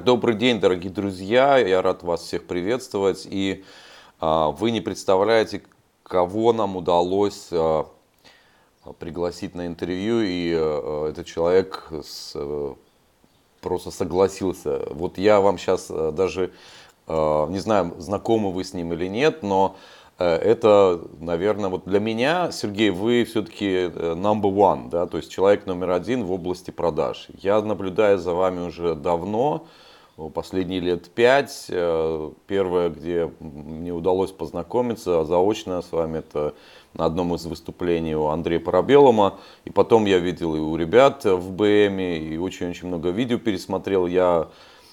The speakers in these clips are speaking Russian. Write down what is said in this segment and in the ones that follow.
добрый день, дорогие друзья. Я рад вас всех приветствовать. И вы не представляете, кого нам удалось пригласить на интервью. И этот человек просто согласился. Вот я вам сейчас даже не знаю, знакомы вы с ним или нет, но это, наверное, вот для меня, Сергей, вы все-таки number one, да, то есть человек номер один в области продаж. Я наблюдаю за вами уже давно, последние лет 5. Первое, где мне удалось познакомиться заочно с вами, это на одном из выступлений у Андрея Парабеллума. И потом я видел и у ребят в БМ, и очень-очень много видео пересмотрел. Я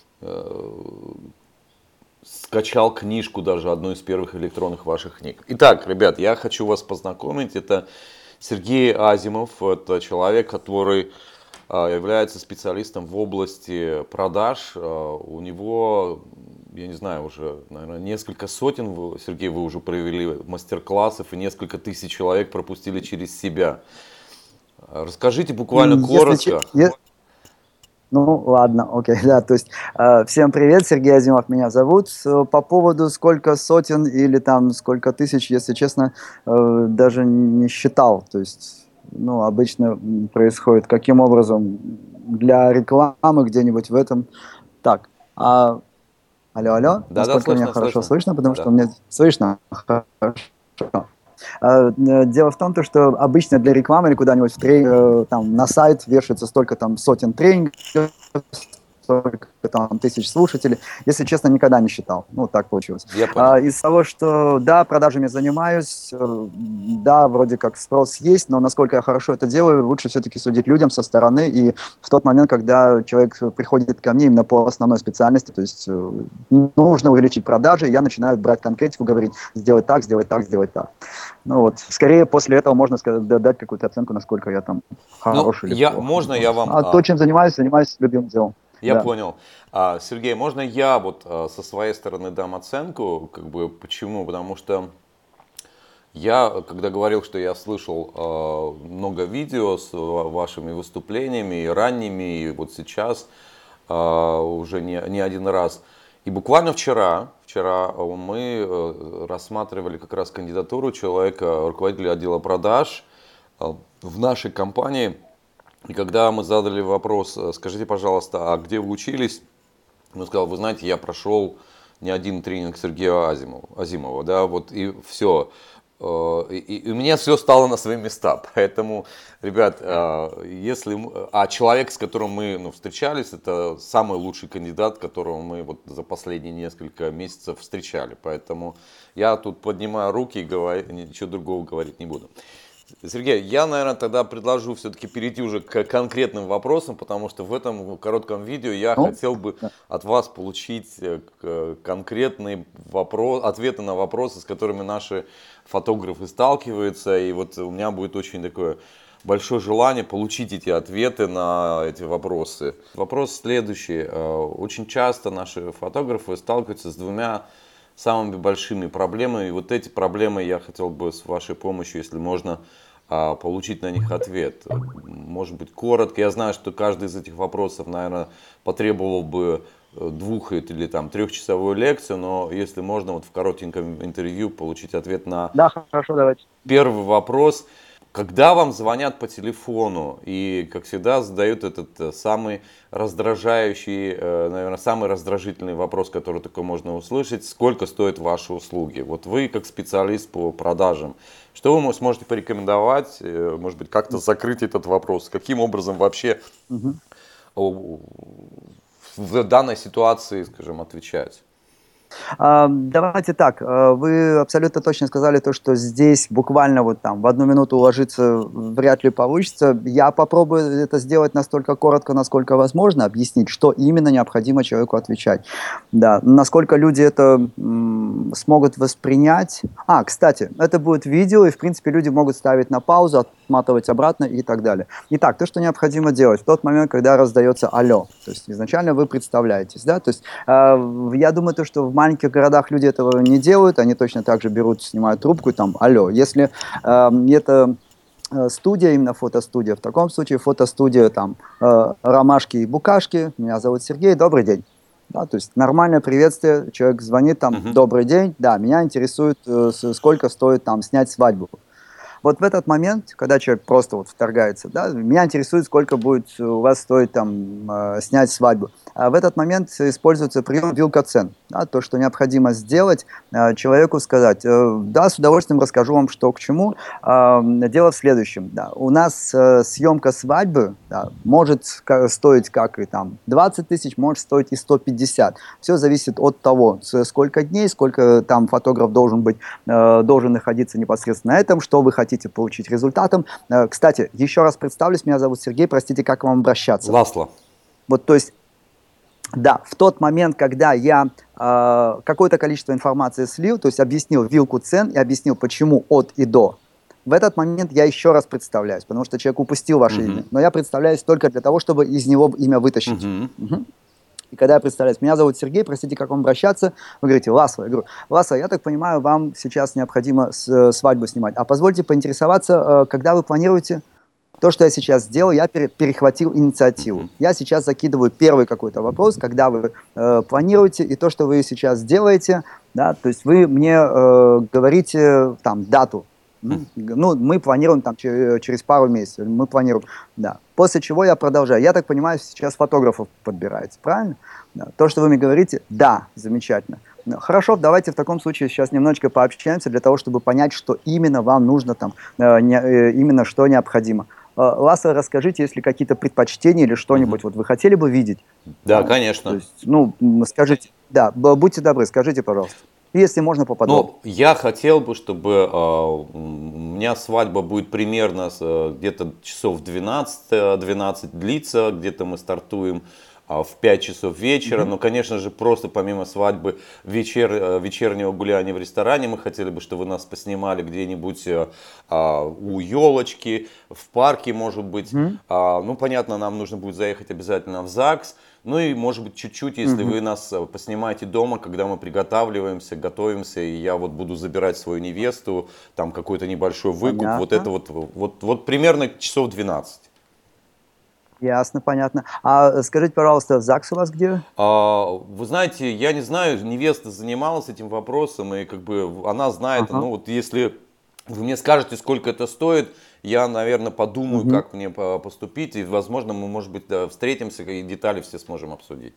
скачал книжку, даже одну из первых электронных ваших книг. Итак, ребят, я хочу вас познакомить. Это Сергей Азимов. Это человек, который является специалистом в области продаж. У него, я не знаю, уже, наверное, несколько сотен, Сергей, вы уже провели мастер-классов, и несколько тысяч человек пропустили через себя. Расскажите буквально коротко. Ну, ладно, окей, да, то есть всем привет, Сергей Азимов меня зовут. По поводу сколько сотен или там сколько тысяч, если честно, даже не считал. То есть, ну, обычно происходит каким образом для рекламы где-нибудь в этом. Так, алло, Да, насколько меня слышно, хорошо слышно. слышно, потому Да. что мне слышно хорошо. Дело в том, что обычно для рекламы или куда-нибудь там, на сайт вешается столько там сотен тренингов, столько там тысяч слушателей. Если честно, никогда не считал. Ну, так получилось. Я понял. Из того, что, да, продажами занимаюсь, да, вроде как спрос есть, но насколько я хорошо это делаю, лучше все-таки судить людям со стороны. И в тот момент, когда человек приходит ко мне именно по основной специальности, то есть нужно увеличить продажи, я начинаю брать конкретику, говорить, сделать так, сделать так, сделать так. Ну вот, скорее после этого можно сказать, дать какую-то оценку, насколько я там хороший или плохо. Можно я вам... А то, чем занимаюсь любимым делом. Я Да. понял. Сергей, можно я вот со своей стороны дам оценку? Как бы, почему? Потому что я, когда говорил, что я слышал много видео с вашими выступлениями, и ранними, и вот сейчас уже не один раз. И буквально вчера мы рассматривали как раз кандидатуру человека, руководителя отдела продаж в нашей компании. И когда мы задали вопрос, скажите, пожалуйста, а где вы учились? Он сказал, вы знаете, я прошел не один тренинг Сергея Азимова, да, вот и все. И у меня все стало на свои места. Поэтому, ребят, человек, с которым мы встречались, это самый лучший кандидат, которого мы вот за последние несколько месяцев встречали. Поэтому я тут поднимаю руки и ничего другого говорить не буду. Сергей, я, наверное, тогда предложу все-таки перейти уже к конкретным вопросам, потому что в этом коротком видео я хотел бы от вас получить конкретные ответы на вопросы, с которыми наши фотографы сталкиваются. И вот у меня будет очень такое большое желание получить эти ответы на эти вопросы. Вопрос следующий. Очень часто наши фотографы сталкиваются с двумя самыми большими проблемами. И вот эти проблемы я хотел бы с вашей помощью, если можно, получить на них ответ. Может быть, коротко. Я знаю, что каждый из этих вопросов, наверное, потребовал бы 2- или 3-часовую лекцию, но если можно, вот в коротеньком интервью получить ответ на... Да, хорошо, давайте. Первый вопрос. Когда вам звонят по телефону и, как всегда, задают этот самый раздражающий, наверное, самый раздражительный вопрос, который только можно услышать, сколько стоят ваши услуги? Вот вы, как специалист по продажам, что вы сможете порекомендовать, может быть, как-то закрыть этот вопрос? Каким образом вообще в данной ситуации, скажем, отвечать? Давайте так, вы абсолютно точно сказали то, что здесь буквально вот там в 1 минуту уложиться вряд ли получится. Я попробую это сделать настолько коротко, насколько возможно, объяснить, что именно необходимо человеку отвечать. Да, насколько люди это смогут воспринять. Кстати, это будет видео, и в принципе люди могут ставить на паузу, отматывать обратно и так далее. Итак, то, что необходимо делать в тот момент, когда раздается алло. То есть изначально вы представляетесь, да, то есть я думаю, то, что в маленьких городах люди этого не делают, они точно так же берут, снимают трубку и там алло. Если это студия, именно фотостудия, в таком случае фотостудия там Ромашки и Букашки, меня зовут Сергей, добрый день. Да, то есть нормальное приветствие, человек звонит там, Мгм. добрый день, да, меня интересует, сколько стоит там снять свадьбу. Вот в этот момент, когда человек просто вот вторгается, да, меня интересует, сколько будет у вас стоить там снять свадьбу. А в этот момент используется прием вилка цен. Да, то, что необходимо сделать, человеку сказать, да, с удовольствием расскажу вам, что к чему. Дело в следующем. Да, у нас съемка свадьбы, да, может стоить как и там 20 тысяч, может стоить и 150. Все зависит от того, сколько дней, сколько там фотограф должен быть, должен находиться непосредственно на этом, что вы хотите получить результатом. Кстати, еще раз представлюсь, меня зовут Сергей, простите, как к вам обращаться? Ласло. Вот, то есть, да, в тот момент, когда я какое-то количество информации слил, то есть объяснил вилку цен и объяснил, почему от и до, в этот момент я еще раз представляюсь, потому что человек упустил ваше Мгм. имя. Но я представляюсь только для того, чтобы из него имя вытащить. Мгм. Мгм. И когда я представляюсь, меня зовут Сергей, простите, как вам обращаться? Вы говорите, Ласла. Я говорю, Ласла, я так понимаю, вам сейчас необходимо свадьбу снимать. А позвольте поинтересоваться, когда вы планируете? То, что я сейчас сделал, я перехватил инициативу. Мгм. Я сейчас закидываю первый какой-то вопрос, когда вы планируете, и то, что вы сейчас делаете, да, то есть вы мне говорите там дату. Ну, мы планируем там через пару месяцев, мы планируем, да. После чего я продолжаю. Я так понимаю, сейчас фотографов подбирается, правильно? Да. То, что вы мне говорите, да, замечательно. Ну, хорошо, давайте в таком случае сейчас немножечко пообщаемся для того, чтобы понять, что именно вам нужно там, именно что необходимо. Ласса, расскажите, если какие-то предпочтения или Мгм. что-нибудь вот вы хотели бы видеть? Да, То конечно. есть, ну, скажите, да, будьте добры, скажите, пожалуйста. Если можно поподробнее. Ну, я хотел бы, чтобы у меня свадьба будет примерно где-то часов 12 длится, где-то мы стартуем в 5 часов вечера. Мгм. Но, конечно же, просто помимо свадьбы вечернего гуляния в ресторане мы хотели бы, чтобы вы нас поснимали где-нибудь у елочки, в парке, может быть. Мгм. Ну, понятно, нам нужно будет заехать обязательно в ЗАГС. Ну и, может быть, чуть-чуть, если Мгм. вы нас поснимаете дома, когда мы приготавливаемся, готовимся, и я вот буду забирать свою невесту, там какой-то небольшой выкуп, вот это Понятно. вот примерно часов 12. Ясно, понятно. А скажите, пожалуйста, ЗАГС у вас где? Вы знаете, я не знаю, невеста занималась этим вопросом, и как бы она знает, Ага. ну вот если вы мне скажете, сколько это стоит, я, наверное, подумаю, Мгм. как мне поступить, и, возможно, мы, может быть, встретимся и детали все сможем обсудить.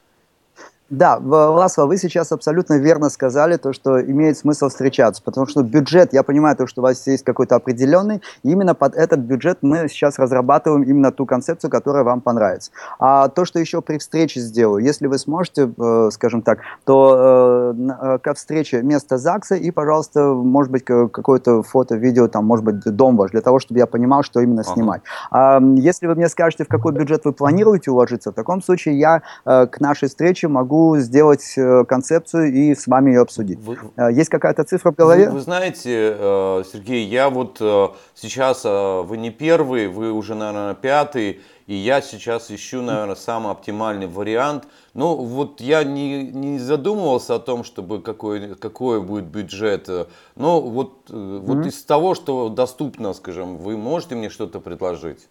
Да, Ласло, вы сейчас абсолютно верно сказали, то, что имеет смысл встречаться, потому что бюджет, я понимаю, то, что у вас есть какой-то определенный, и именно под этот бюджет мы сейчас разрабатываем именно ту концепцию, которая вам понравится. А то, что еще при встрече сделаю, если вы сможете, скажем так, то ко встрече место ЗАГСа и, пожалуйста, может быть, какое-то фото, видео, там, может быть, дом ваш, для того, чтобы я понимал, что именно Ага. снимать. Если вы мне скажете, в какой бюджет вы планируете уложиться, в таком случае я к нашей встрече могу сделать концепцию и с вами ее обсудить. Вы, Есть какая-то цифра в Вы, голове? вы знаете, Сергей, я вот сейчас, вы не первый, вы уже, наверное, пятый, и я сейчас ищу, наверное, самый оптимальный вариант. Ну, вот я не задумывался о том, чтобы какой будет бюджет. Но вот Мгм. из того, что доступно, скажем, вы можете мне что-то предложить?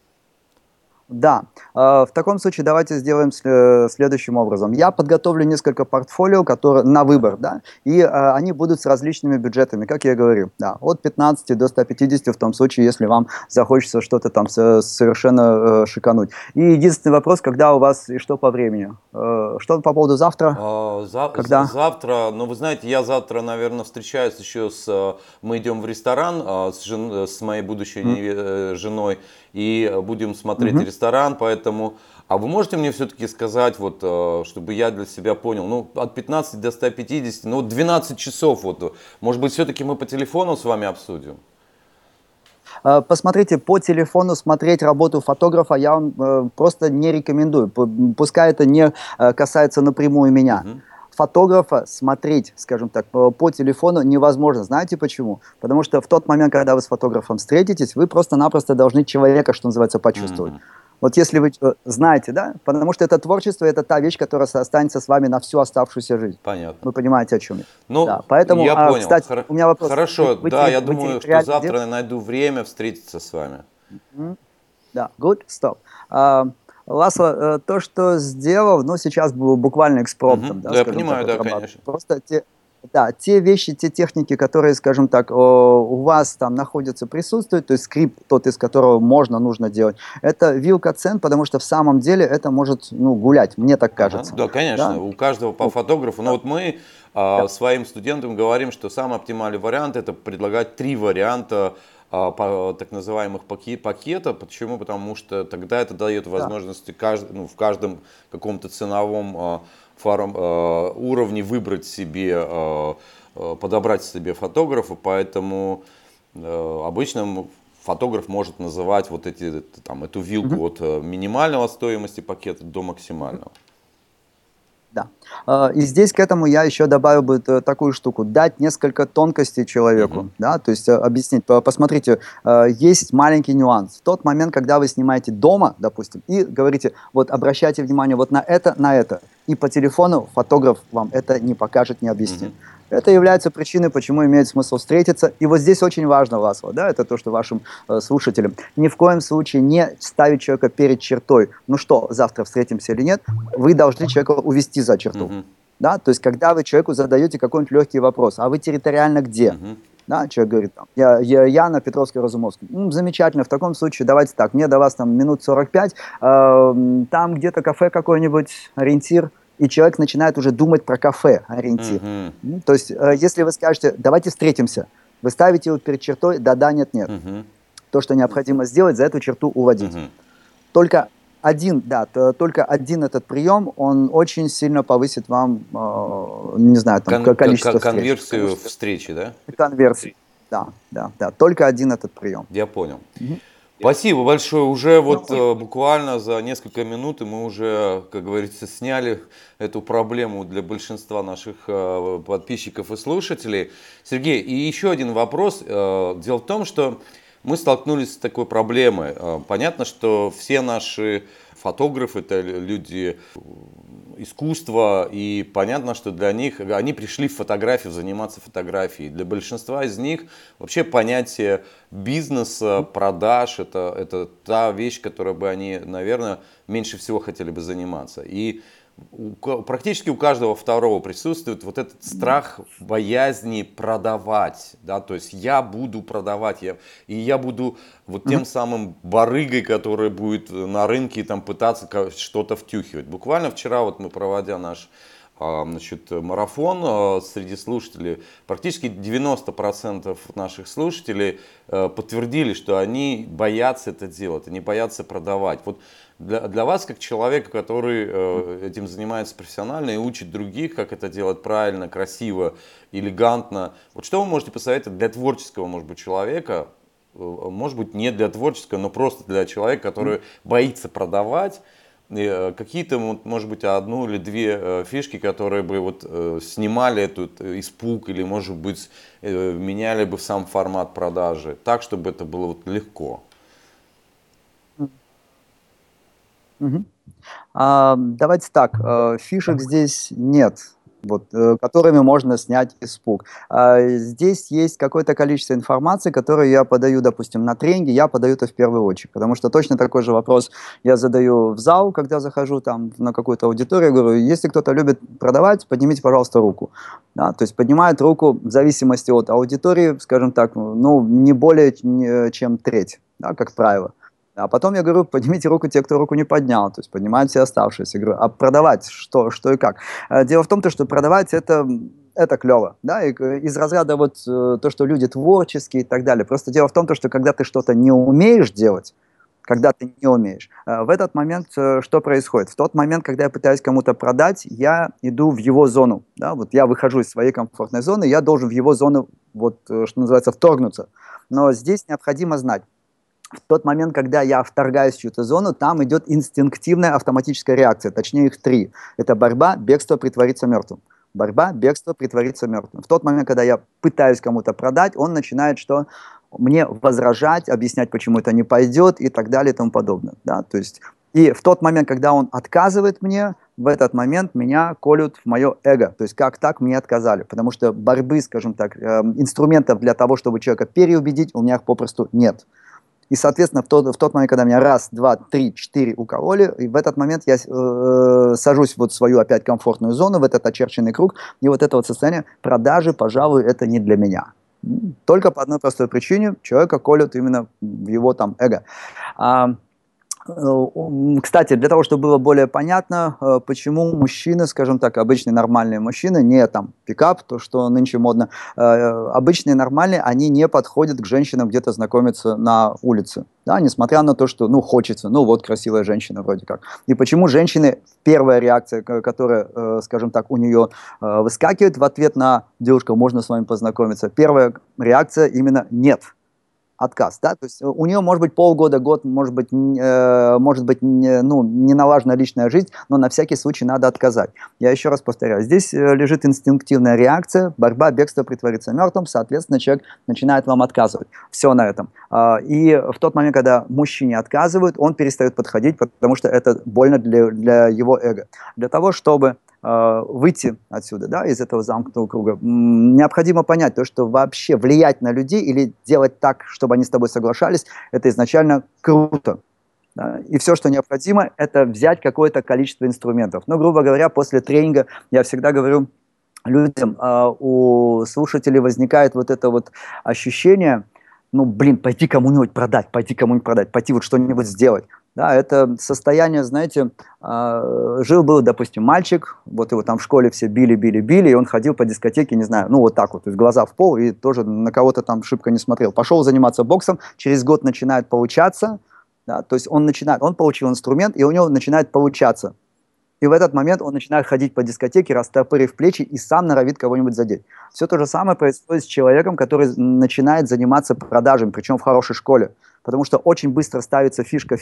Да, в таком случае давайте сделаем следующим образом. Я подготовлю несколько портфолио, которые на выбор, да, и они будут с различными бюджетами, как я говорю, да, от 15 до 150 в том случае, если вам захочется что-то там совершенно шикануть. И единственный вопрос, когда у вас и что по времени? Что по поводу завтра? Когда? Завтра, ну вы знаете, я завтра, наверное, встречаюсь еще мы идем в ресторан с моей будущей М, женой и будем смотреть мгм. ресторан, поэтому, а вы можете мне все-таки сказать, вот, чтобы я для себя понял, ну от 15 до 150, ну 12 часов, вот, может быть, все-таки мы по телефону с вами обсудим? Посмотрите, по телефону смотреть работу фотографа я вам просто не рекомендую. Пускай это не касается напрямую меня. Мгм. Фотографа смотреть, скажем так, по телефону невозможно. Знаете почему? Потому что в тот момент, когда вы с фотографом встретитесь, вы просто-напросто должны человека, что называется, почувствовать. Мгм. Вот если вы знаете, да, потому что это творчество, это та вещь, которая останется с вами на всю оставшуюся жизнь. Понятно. Вы понимаете, о чем я. Да, Ну, поэтому, я понял. кстати, у меня вопрос. Хорошо, да, я Вы думаю, что территориально где? завтра я найду время встретиться с вами. Мгм. Да, good, stop. А, Ласло, то, что сделал, ну, сейчас было буквально экспромтом, да, Да, я скажем так, понимаю, да, отрабатывал. конечно. Просто да, те вещи, те техники, которые, скажем так, у вас там находятся, присутствуют, то есть скрипт, тот, из которого можно, нужно делать, это вилка цен, потому что в самом деле это может, ну, гулять, мне так Ага, кажется, да, да. конечно, у каждого по Ну, фотографу. Но да, вот мы да, своим студентам говорим, что самый оптимальный вариант это предлагать три варианта так называемых пакета. Почему? Потому что тогда это дает да. возможность ну, в каждом каком-то ценовом уровне выбрать себе, подобрать себе фотографа. Поэтому обычно фотограф может называть вот эту вилку Мгм. от минимального стоимости пакета до максимального. Да. И здесь к этому я еще добавил бы такую штуку. Дать несколько тонкостей Мгм. человеку, да, то есть объяснить. Посмотрите, есть маленький нюанс. В тот момент, когда вы снимаете дома, допустим, и говорите, вот обращайте внимание вот на это, и по телефону фотограф вам это не покажет, не объяснит. Мгм. Это является причиной, почему имеет смысл встретиться. И вот здесь очень важно, Ласло, да, это то, что вашим слушателям. Ни в коем случае не ставить человека перед чертой. Ну что, завтра встретимся или нет? Вы должны человека увести за черту. Мгм. Да? То есть, когда вы человеку задаете какой-нибудь легкий вопрос, а вы территориально где? Мгм. Да, человек говорит, там, я на Петровске-Разумовском. Замечательно, в таком случае давайте так, мне до вас там минут 45, там где-то кафе какой-нибудь, ориентир, и человек начинает уже думать про кафе, ориентир. Мгм. То есть, если вы скажете, давайте встретимся, вы ставите его перед чертой, да-да, нет-нет. Мгм. То, что необходимо сделать, за эту черту уводить. Мгм. Только один, да, только один этот прием, он очень сильно повысит вам, не знаю, там, количество встреч. Потому Конверсию что встречи, да? конверсии. Да, да, да. Только один этот прием. Я понял. Мгм. Спасибо большое. Уже Ну, вот буквально за несколько минут и мы уже, как говорится, сняли эту проблему для большинства наших подписчиков и слушателей. Сергей, и еще один вопрос. Дело в том, что мы столкнулись с такой проблемой. Понятно, что все наши фотографы это люди искусства, и понятно, что для них, они пришли в фотографию, заниматься фотографией. Для большинства из них вообще понятие бизнеса, продаж, это та вещь, которой бы они, наверное, меньше всего хотели бы заниматься. И практически у каждого второго присутствует вот этот страх боязни продавать, да, то есть я буду продавать, и я буду вот мгм. тем самым барыгой, который будет на рынке там пытаться что-то втюхивать. Буквально вчера вот мы, проводя наш значит, марафон среди слушателей, практически 90% наших слушателей подтвердили, что они боятся это делать, они боятся продавать. Вот для вас, как человека, который этим занимается профессионально и учит других, как это делать правильно, красиво, элегантно, вот что вы можете посоветовать для творческого, может быть, человека, может быть, не для творческого, но просто для человека, который боится продавать, какие-то, может быть, одну или две фишки, которые бы вот снимали этот испуг или, может быть, меняли бы сам формат продажи, так, чтобы это было вот легко. Мгм. Давайте так, фишек здесь нет, вот, которыми можно снять испуг. Здесь есть какое-то количество информации, которую я подаю, допустим, на тренинге, я подаю это в первую очередь, потому что точно такой же вопрос я задаю в зал, когда захожу там на какую-то аудиторию, говорю, если кто-то любит продавать, поднимите, пожалуйста, руку. Да, то есть поднимает руку в зависимости от аудитории, скажем так, ну, не более чем треть, да, как правило. А потом я говорю, поднимите руку те, кто руку не поднял, то есть поднимают все оставшиеся. Я говорю, а продавать что и как? Дело в том, что продавать это клево, да, и из разряда вот то, что люди творческие и так далее. Просто дело в том, что когда ты что-то не умеешь делать, когда ты не умеешь, в этот момент что происходит? В тот момент, когда я пытаюсь кому-то продать, я иду в его зону, да, вот я выхожу из своей комфортной зоны, я должен в его зону, вот, что называется, вторгнуться. Но здесь необходимо знать, в тот момент, когда я вторгаюсь в чью-то зону, там идет инстинктивная автоматическая реакция, точнее их три. Это борьба, бегство, притвориться мертвым. Борьба, бегство, притвориться мертвым. В тот момент, когда я пытаюсь кому-то продать, он начинает что? Мне возражать, объяснять, почему это не пойдет и так далее и тому подобное. Да? То есть, и в тот момент, когда он отказывает мне, в этот момент меня колют в мое эго. То есть как так мне отказали? Потому что борьбы, скажем так, инструментов для того, чтобы человека переубедить, у меня их попросту нет. И, соответственно, в тот момент, когда меня раз, два, три, четыре укололи, и в этот момент я сажусь вот в свою опять комфортную зону, в этот очерченный круг, и вот это вот состояние продажи, пожалуй, это не для меня. Только по одной простой причине: человека колют именно в его там эго. А, Кстати, для того, чтобы было более понятно, почему мужчины, скажем так, обычные нормальные мужчины, не там пикап, то, что нынче модно, обычные нормальные, они не подходят к женщинам где-то знакомиться на улице, да, несмотря на то, что, ну, хочется, ну, вот красивая женщина вроде как. И почему женщины, первая реакция, которая, скажем так, у нее выскакивает в ответ на «девушка, можно с вами познакомиться», первая реакция именно «нет». Отказ, да, то есть у нее может быть полгода, год, может быть ну, не налажена личная жизнь, но на всякий случай надо отказать. Я еще раз повторяю, здесь лежит инстинктивная реакция, борьба, бегство, притвориться мертвым, соответственно, человек начинает вам отказывать. Все на этом. И в тот момент, когда мужчине отказывают, он перестает подходить, потому что это больно для его эго. Для того, чтобы выйти отсюда, да, из этого замкнутого круга, необходимо понять то, что вообще влиять на людей или делать так, чтобы они с тобой соглашались, это изначально круто. Да? И все, что необходимо, это взять какое-то количество инструментов. Ну, грубо говоря, после тренинга я всегда говорю людям, у слушателей возникает вот это вот ощущение, ну, блин, пойти кому-нибудь продать, пойти вот что-нибудь сделать. Да, это состояние, знаете, жил-был, допустим, мальчик, вот его там в школе все били, и он ходил по дискотеке, не знаю, ну вот так вот, то есть глаза в пол, и тоже на кого-то там шибко не смотрел. Пошел заниматься боксом, через год начинает получаться, да, то есть он получил инструмент, и у него начинает получаться. И в этот момент он начинает ходить по дискотеке, растопырив плечи, и сам норовит кого-нибудь задеть. Все то же самое происходит с человеком, который начинает заниматься продажами, причем в хорошей школе. Потому что очень быстро ставится фишка,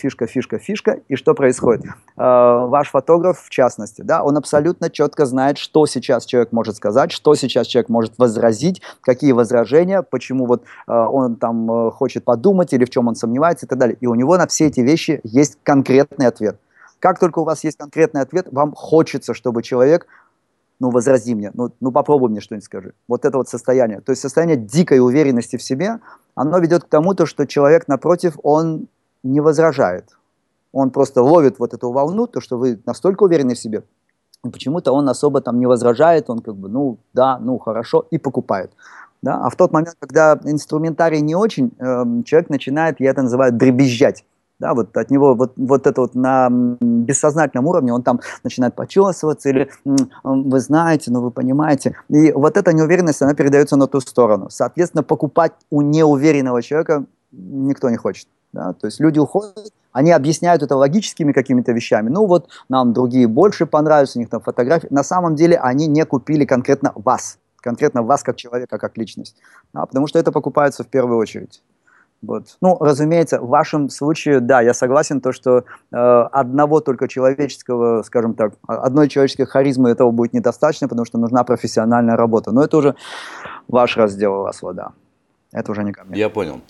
и что происходит? Ваш фотограф, в частности, да, он абсолютно четко знает, что сейчас человек может сказать, что сейчас человек может возразить, какие возражения, почему вот он там хочет подумать или в чем он сомневается и так далее. И у него на все эти вещи есть конкретный ответ. Как только у вас есть конкретный ответ, вам хочется, чтобы человек, ну, возрази мне, ну попробуй мне что-нибудь скажи. Вот это вот состояние. То есть состояние дикой уверенности в себе, оно ведет к тому, что человек напротив, он не возражает. Он просто ловит вот эту волну, то, что вы настолько уверены в себе, и почему-то он особо там не возражает, он как бы, ну, да, ну, хорошо, и покупает. Да? А в тот момент, когда инструментарий не очень, человек начинает, я это называю, дребезжать. Да, вот от него вот это вот на бессознательном уровне он там начинает почесываться или вы знаете, ну вы понимаете. И вот эта неуверенность, она передается на ту сторону. Соответственно, покупать у неуверенного человека никто не хочет. Да? То есть люди уходят, они объясняют это логическими какими-то вещами. Ну вот нам другие больше понравятся, у них там фотографии. На самом деле они не купили конкретно вас как человека, как личность. Да? Потому что это покупается в первую очередь. Вот. Ну, разумеется, в вашем случае, да, я согласен, то, что одного только человеческого, скажем так, одной человеческой харизмы этого будет недостаточно, потому что нужна профессиональная работа. Но это уже ваш раздел, у вас вода. Это уже не ко мне. Я понял.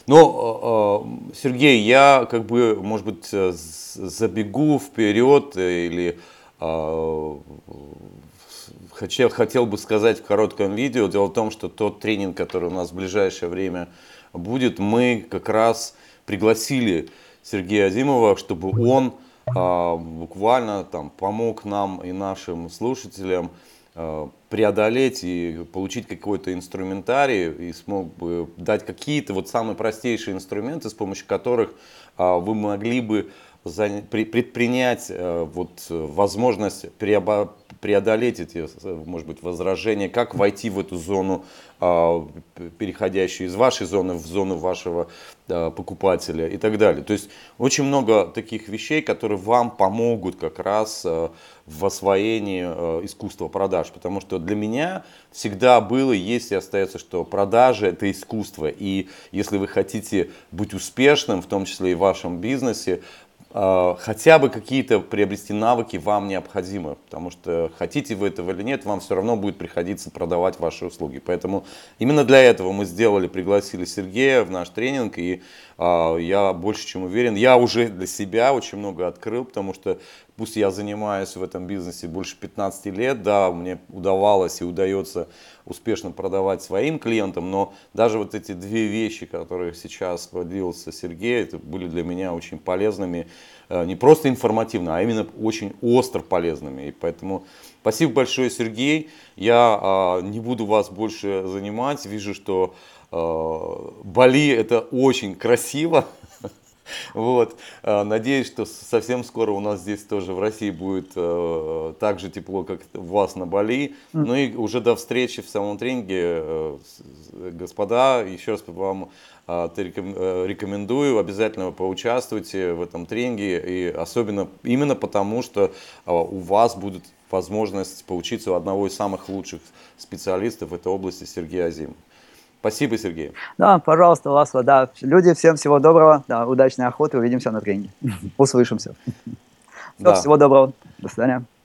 Но, Сергей, я как бы, может быть, забегу вперед или хотел бы сказать в коротком видео. Дело в том, что тот тренинг, который у нас в ближайшее время будет, мы как раз пригласили Сергея Азимова, чтобы он буквально там помог нам и нашим слушателям преодолеть и получить какой-то инструментарий и смог бы дать какие-то вот самые простейшие инструменты, с помощью которых вы могли бы предпринять вот возможность преодолеть эти, может быть, возражения, как войти в эту зону, переходящую из вашей зоны в зону вашего покупателя и так далее. То есть очень много таких вещей, которые вам помогут как раз в освоении искусства продаж. Потому что для меня всегда было, есть и остается, что продажи — это искусство. И если вы хотите быть успешным, в том числе и в вашем бизнесе, хотя бы какие-то приобрести навыки вам необходимы, потому что хотите вы этого или нет, вам все равно будет приходиться продавать ваши услуги. Поэтому именно для этого мы пригласили Сергея в наш тренинг, и я больше чем уверен, я уже для себя очень много открыл, потому что пусть я занимаюсь в этом бизнесе больше 15 лет, да, мне удавалось и удается успешно продавать своим клиентам, но даже вот эти две вещи, которые сейчас поделился Сергей, это были для меня очень полезными, не просто информативно, а именно очень остро полезными. И поэтому спасибо большое, Сергей. Я не буду вас больше занимать. Вижу, что Бали это очень красиво. Вот. Надеюсь, что совсем скоро у нас здесь тоже в России будет так же тепло, как у вас на Бали. Ну и уже до встречи в самом тренинге, господа. Еще раз вам рекомендую, обязательно поучаствуйте в этом тренинге. И особенно именно потому, что у вас будет возможность поучиться у одного из самых лучших специалистов в этой области, Сергея Азимова. Спасибо, Сергей. Да, пожалуйста, Ласло, да. Люди, всем всего доброго, да, удачной охоты, увидимся на тренинге. Услышимся. Все, Да. всего доброго, до свидания.